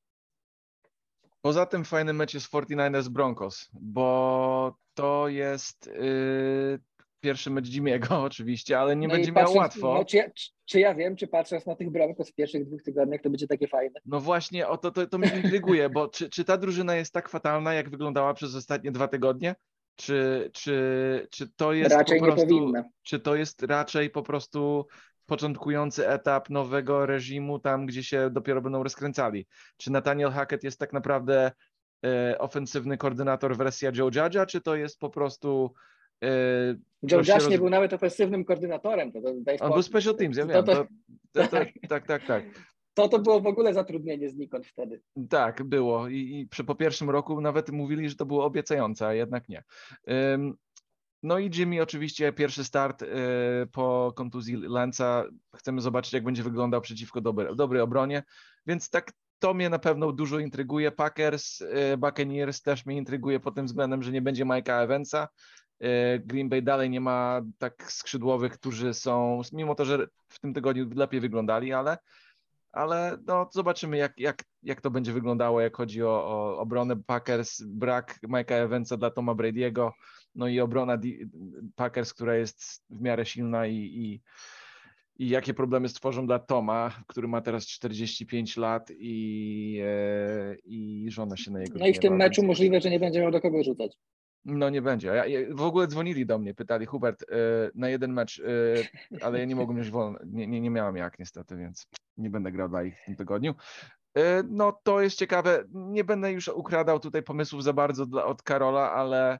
Poza tym fajny mecz jest forty-niners Broncos, bo to jest... Yy... Pierwszy mecz Jimmy'ego oczywiście, ale nie no będzie patrząc, miał łatwo. No, czy, ja, czy ja wiem, czy patrząc na tych Broncos w pierwszych dwóch tygodniach, to będzie takie fajne? No właśnie, o to, to, to mnie intryguje, bo czy, czy ta drużyna jest tak fatalna, jak wyglądała przez ostatnie dwa tygodnie? Czy, czy, czy to jest Raczej po nie prostu, powinna. czy to jest raczej po prostu początkujący etap nowego reżimu, tam gdzie się dopiero będą rozkręcali? Czy Nathaniel Hackett jest tak naprawdę e, ofensywny koordynator wersja Joe Judge'a, czy to jest po prostu e, Joe coś się Judge roz... nie był nawet ofensywnym koordynatorem. To, to, daj On spokój. był special teams, ja To- wiem. to- To, to, to, tak. tak, tak, tak. To to było w ogóle zatrudnienie znikąd wtedy. Tak, było. I, i przy, po pierwszym roku nawet mówili, że to było obiecujące, a jednak nie. Ym, no i Jimmy oczywiście pierwszy start y, po kontuzji Lance'a. Chcemy zobaczyć, jak będzie wyglądał przeciwko dobrej, dobrej obronie, więc tak to mnie na pewno dużo intryguje. Packers, y, Buccaneers też mnie intryguje pod tym względem, że nie będzie Mike'a Evansa. Y, Green Bay dalej nie ma tak skrzydłowych, którzy są, mimo to, że w tym tygodniu lepiej wyglądali, ale ale no, zobaczymy, jak, jak, jak to będzie wyglądało, jak chodzi o, o obronę Packers, brak Mike'a Evansa dla Toma Brady'ego, no i obrona D- Packers, która jest w miarę silna i, i, i jakie problemy stworzą dla Toma, który ma teraz czterdzieści pięć lat i, e, i żona się na jego No i w tym gniewa, meczu więc- możliwe, że nie będzie miał do kogo rzucać. No nie będzie. Ja, ja, w ogóle dzwonili do mnie, pytali, Hubert, y, na jeden mecz, y, ale ja nie mogłem już wolno, nie, nie, nie miałem jak niestety, więc nie będę grał dla ich w tym tygodniu. Y, no to jest ciekawe, nie będę już ukradał tutaj pomysłów za bardzo dla, od Karola, ale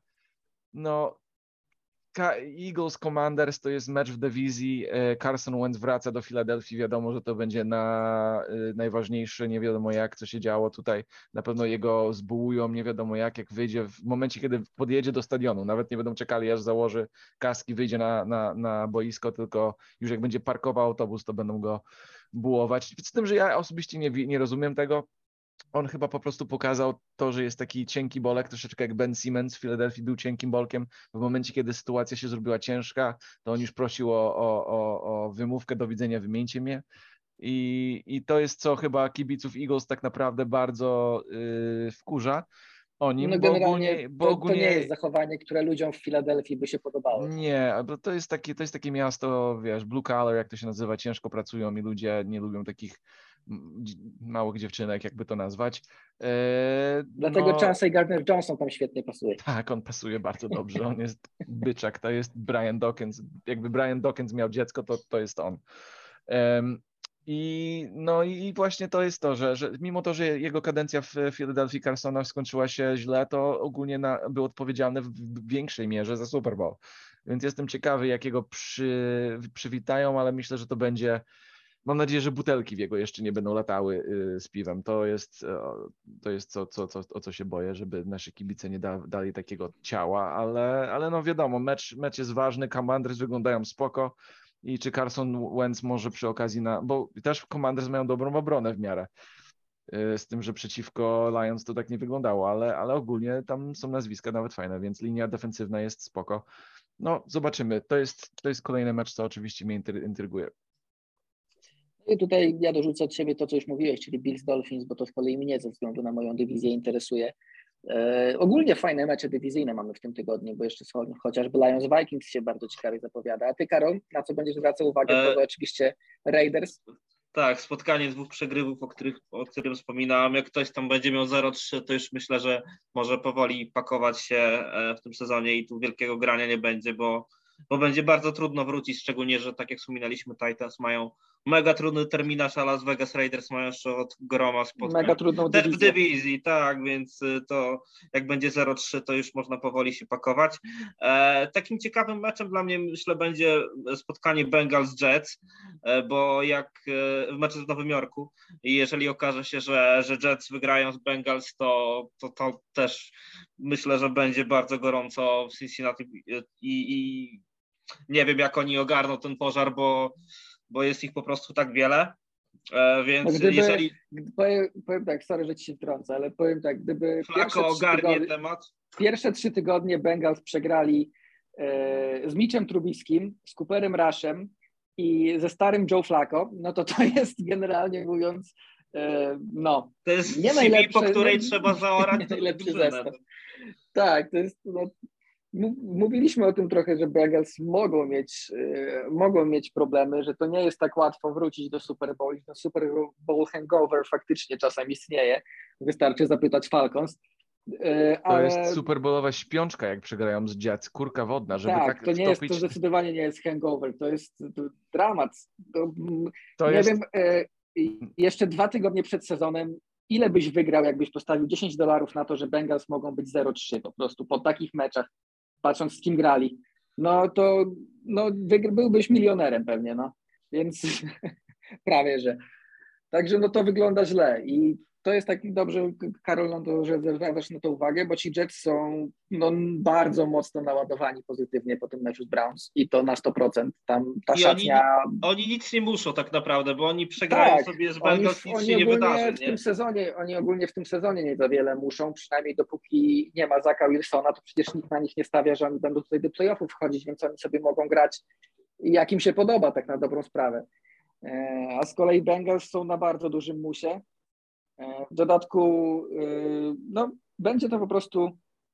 no Ka- Eagles Commanders to jest mecz w dywizji, y, Carson Wentz wraca do Filadelfii, wiadomo, że to będzie na y, najważniejsze, nie wiadomo jak, co się działo tutaj, na pewno jego zbułują, nie wiadomo jak, jak wyjdzie w momencie, kiedy podjedzie do stadionu, nawet nie będą czekali, aż założy kaski, wyjdzie na, na, na boisko, tylko już jak będzie parkował autobus, to będą go bułować. Z tym, że ja osobiście nie, wi- nie rozumiem tego. On chyba po prostu pokazał to, że jest taki cienki bolek, troszeczkę jak Ben Simmons w Filadelfii był cienkim bolkiem. W momencie, kiedy sytuacja się zrobiła ciężka, to on już prosił o, o, o, o wymówkę, do widzenia, wymieńcie mnie. I, I to jest, co chyba kibiców Eagles tak naprawdę bardzo yy, wkurza o nim, No bo generalnie ogólnie... Bo to, ogólnie to nie jest zachowanie, które ludziom w Filadelfii by się podobało. nie, bo to jest takie, to jest takie miasto, wiesz, blue collar, jak to się nazywa, ciężko pracują i ludzie nie lubią takich mm, dzi- małych dziewczynek, jakby to nazwać. Eee, Dlatego no, Chancey Gardner-Johnson tam świetnie pasuje. tak, on pasuje bardzo dobrze, on jest byczak, to jest Brian Dawkins. Jakby Brian Dawkins miał dziecko, to, to jest on. Em, I no i właśnie to jest to, że, że mimo to, że jego kadencja w Philadelphia Carsona skończyła się źle, to ogólnie na, był odpowiedzialny w, w większej mierze za Super Bowl. Więc jestem ciekawy, jakiego przy, przywitają, ale myślę, że to będzie. Mam nadzieję, że butelki w jego jeszcze nie będą latały y, z piwem. To jest, o, to jest co, co, co, o co się boję, żeby nasi kibice nie da, dali takiego ciała, ale, ale no wiadomo, mecz, mecz jest ważny, Commanders wyglądają spoko i czy Carson Wentz może przy okazji na, bo też Commanders mają dobrą obronę w miarę, y, z tym, że przeciwko Lions to tak nie wyglądało, ale, ale ogólnie tam są nazwiska nawet fajne, więc linia defensywna jest spoko. No zobaczymy, to jest, to jest kolejny mecz, co oczywiście mnie intry- intryguje. I tutaj ja dorzucę od siebie to, co już mówiłeś, czyli Bills Dolphins, bo to z kolei mnie ze względu na moją dywizję interesuje. E, ogólnie fajne mecze dywizyjne mamy w tym tygodniu, bo jeszcze cho- chociażby Lions Vikings się bardzo ciekawie zapowiada. A ty, Karol, na co będziesz zwracał uwagę? E... To oczywiście Raiders. Tak, spotkanie dwóch przegrywów, o, których, o którym wspominałem. Jak ktoś tam będzie miał zero trzy, to już myślę, że może powoli pakować się w tym sezonie i tu wielkiego grania nie będzie, bo, bo będzie bardzo trudno wrócić, szczególnie, że tak jak wspominaliśmy, Titans mają mega trudny terminarz, a Las Vegas Raiders mają jeszcze od groma spotkań. Mega trudną Też dywizję. w dywizji, tak, więc to jak będzie zero trzy, to już można powoli się pakować. E, takim ciekawym meczem dla mnie, myślę, będzie spotkanie Bengals-Jets, e, bo jak e, w meczu w Nowym Jorku i jeżeli okaże się, że, że Jets wygrają z Bengals, to, to, to też myślę, że będzie bardzo gorąco w Cincinnati i, i nie wiem, jak oni ogarną ten pożar, bo bo jest ich po prostu tak wiele, e, więc No gdyby, jeżeli powiem, powiem tak, sorry, że ci się wtrącę, ale powiem tak, gdyby Flacco ogarnie tygodnie, temat. pierwsze trzy tygodnie Bengals przegrali e, z Mitchem Trubiskim, z Cooperem Rushem i ze starym Joe Flacco, no to to jest generalnie mówiąc, e, no. To jest nie C V, najlepsze, po której nie, trzeba zaorać nie najlepszy drużynę. zestaw. Tak, to jest, no, mówiliśmy o tym trochę, że Bengals mogą mieć, yy, mogą mieć problemy, że to nie jest tak łatwo wrócić do Super Bowl. Ten Super Bowl hangover faktycznie czasem istnieje. Wystarczy zapytać Falcons. E, To ale... jest superbowlowa śpiączka, jak przegrają z Jets, kurka wodna, żeby tak, tak to nie jest, wtopić. to zdecydowanie nie jest hangover, to jest to dramat. To, To nie jest... wiem, e, jeszcze dwa tygodnie przed sezonem, ile byś wygrał, jakbyś postawił dziesięć dolarów na to, że Bengals mogą być zero trzy po prostu po takich meczach, patrząc z kim grali. No to no, wygr- byłbyś milionerem pewnie, no. Więc prawie, że. Także no to wygląda źle i to jest taki dobrze, Karol, no to, że zwracasz na to uwagę, bo ci Jets są no, bardzo mocno naładowani pozytywnie po tym meczu z Browns i to na sto procent. Tam ta I szatnia... Oni, oni nic nie muszą tak naprawdę, bo oni przegrają tak, sobie z oni, Bengals, nic oni się nie ogólnie wydarzy. w Nie? tym sezonie, oni ogólnie w tym sezonie nie za wiele muszą, przynajmniej dopóki nie ma Zacka Wilsona, to przecież nikt na nich nie stawia, że oni będą tutaj do playoffów wchodzić, więc oni sobie mogą grać jak im się podoba, tak na dobrą sprawę. A z kolei Bengals są na bardzo dużym musie. W dodatku no, będzie to po prostu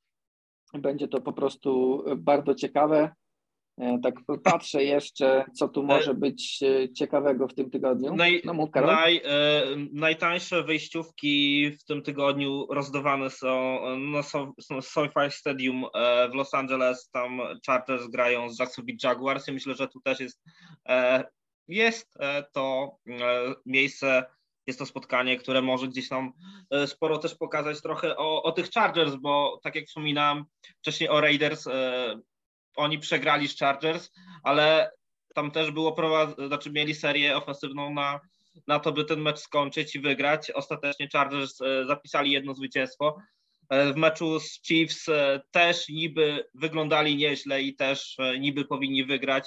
będzie to po prostu bardzo ciekawe. Tak patrzę jeszcze, co tu może być ciekawego w tym tygodniu. Naj, no mów, Karol. naj, e, najtańsze wejściówki w tym tygodniu rozdawane są na SoFi Stadium w Los Angeles. Tam Chargers grają z Jacksonville Jaguars. I myślę, że tu też jest, e, jest to miejsce, jest to spotkanie, które może gdzieś tam sporo też pokazać trochę o, o tych Chargers, bo tak jak wspominałem wcześniej o Raiders, e, oni przegrali z Chargers, ale tam też było prowadzone, znaczy mieli serię ofensywną na, na to, by ten mecz skończyć i wygrać. Ostatecznie Chargers zapisali jedno zwycięstwo. W meczu z Chiefs też niby wyglądali nieźle i też niby powinni wygrać.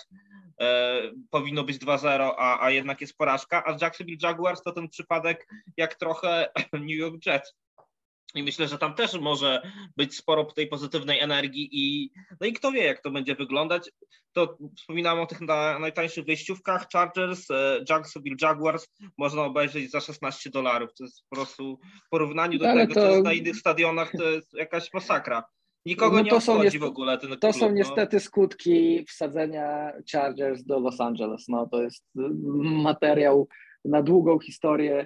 Powinno być dwa zero, a, a jednak jest porażka. A z Jacksonville Jaguars to ten przypadek jak trochę New York Jets. I myślę, że tam też może być sporo tej pozytywnej energii i no i kto wie, jak to będzie wyglądać. To wspominałem o tych na, najtańszych wejściówkach. Chargers, Jacksonville Jaguars można obejrzeć za szesnaście dolarów. To jest po prostu w porównaniu do ale tego, to... co jest na innych stadionach, to jest jakaś masakra. Nikogo no nie to są obchodzi niestety, w ogóle ten klub. To są no. niestety skutki wsadzenia Chargers do Los Angeles. No to jest materiał na długą historię.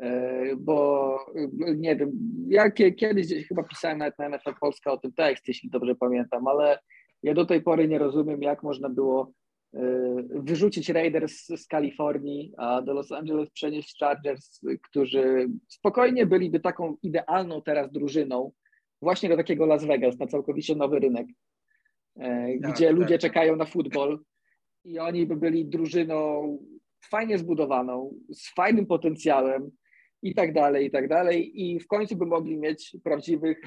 Bo nie wiem, ja kiedyś gdzieś chyba pisałem nawet na N F L Polska o tym tekst, jeśli dobrze pamiętam, ale ja do tej pory nie rozumiem, jak można było wyrzucić Raiders z Kalifornii, a do Los Angeles przenieść Chargers, którzy spokojnie byliby taką idealną teraz drużyną właśnie do takiego Las Vegas, na całkowicie nowy rynek, tak, gdzie tak, ludzie tak. czekają na futbol i oni by byli drużyną fajnie zbudowaną, z fajnym potencjałem i tak dalej, i tak dalej. I w końcu by mogli mieć prawdziwych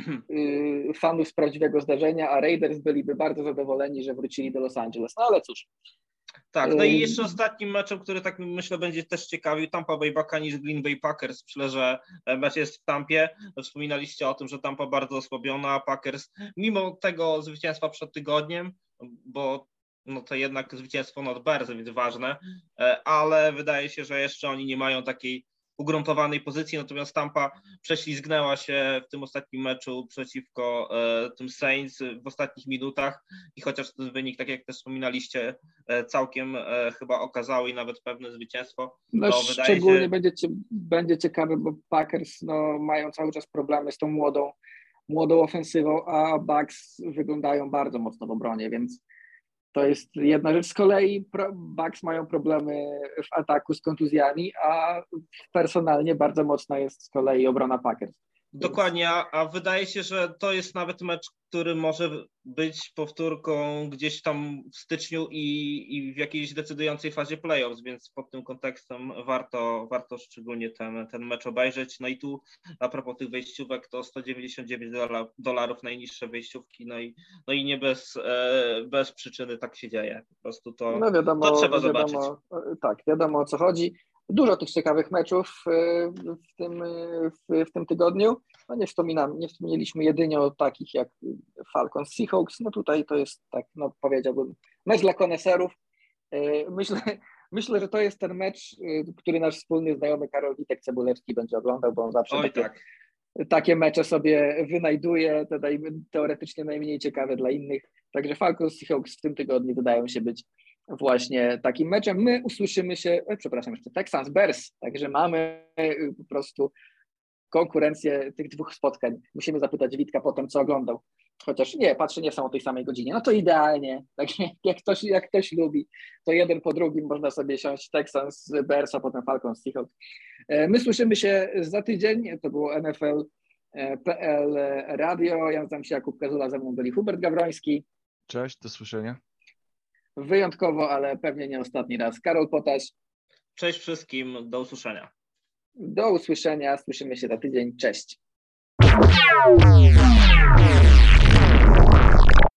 y, fanów z prawdziwego zdarzenia, a Raiders byliby bardzo zadowoleni, że wrócili do Los Angeles. No ale cóż. Tak, no i jeszcze ostatnim meczem, który tak myślę będzie też ciekawił, Tampa Bay Buccaneers Green Bay Packers. Myślę, że mecz jest w Tampie. Wspominaliście o tym, że Tampa bardzo osłabiona, a Packers mimo tego zwycięstwa przed tygodniem, bo no to jednak zwycięstwo nad Bears, więc ważne, ale wydaje się, że jeszcze oni nie mają takiej ugruntowanej pozycji, natomiast Tampa prześlizgnęła się w tym ostatnim meczu przeciwko e, tym Saints w ostatnich minutach i chociaż ten wynik, tak jak też wspominaliście, e, całkiem e, chyba okazały i nawet pewne zwycięstwo, no to szczególnie wydaje się... będzie, będzie ciekawe, bo Packers no, mają cały czas problemy z tą młodą, młodą ofensywą, a Bucks wyglądają bardzo mocno w obronie, więc to jest jedna rzecz. Z kolei Bucks mają problemy w ataku z kontuzjami, a personalnie bardzo mocna jest z kolei obrona Packers. Dokładnie, a, a wydaje się, że to jest nawet mecz, który może być powtórką gdzieś tam w styczniu i, i w jakiejś decydującej fazie playoffs, więc pod tym kontekstem warto, warto szczególnie ten, ten mecz obejrzeć. No i tu a propos tych wejściówek to sto dziewięćdziesiąt dziewięć dolarów najniższe wejściówki, no i, no i nie bez, e, bez przyczyny tak się dzieje. Po prostu to, no wiadomo, to trzeba wiadomo, zobaczyć. Tak, wiadomo o co chodzi. Dużo tych ciekawych meczów w tym, w, w tym tygodniu. No nie wspominam, nie wspomnieliśmy jedynie o takich jak Falcons Seahawks. No tutaj to jest tak, no powiedziałbym, mecz dla koneserów. Myślę, myślę, że to jest ten mecz, który nasz wspólny znajomy Karol Witek-Cebulewski będzie oglądał, bo on zawsze Oj, takie, tak. takie mecze sobie wynajduje, te teoretycznie najmniej ciekawe dla innych. Także Falcons Seahawks w tym tygodniu wydają się być właśnie takim meczem. My usłyszymy się, przepraszam jeszcze, Texans Bears, także mamy po prostu konkurencję tych dwóch spotkań. Musimy zapytać Witka potem, co oglądał. Chociaż nie, patrzę, nie są o tej samej godzinie. No to idealnie. Tak, jak, ktoś, jak ktoś lubi, to jeden po drugim można sobie siąść Texans, Bears, a potem Falcons, Seahawks. My słyszymy się za tydzień. To było N F L kropka P L Radio. Ja nazywam się Jakub Kazula, ze mną byli Hubert Gawroński. Cześć, do słyszenia. Wyjątkowo, ale pewnie nie ostatni raz, Karol Potaś. Cześć wszystkim, do usłyszenia. Do usłyszenia, słyszymy się za tydzień. Cześć.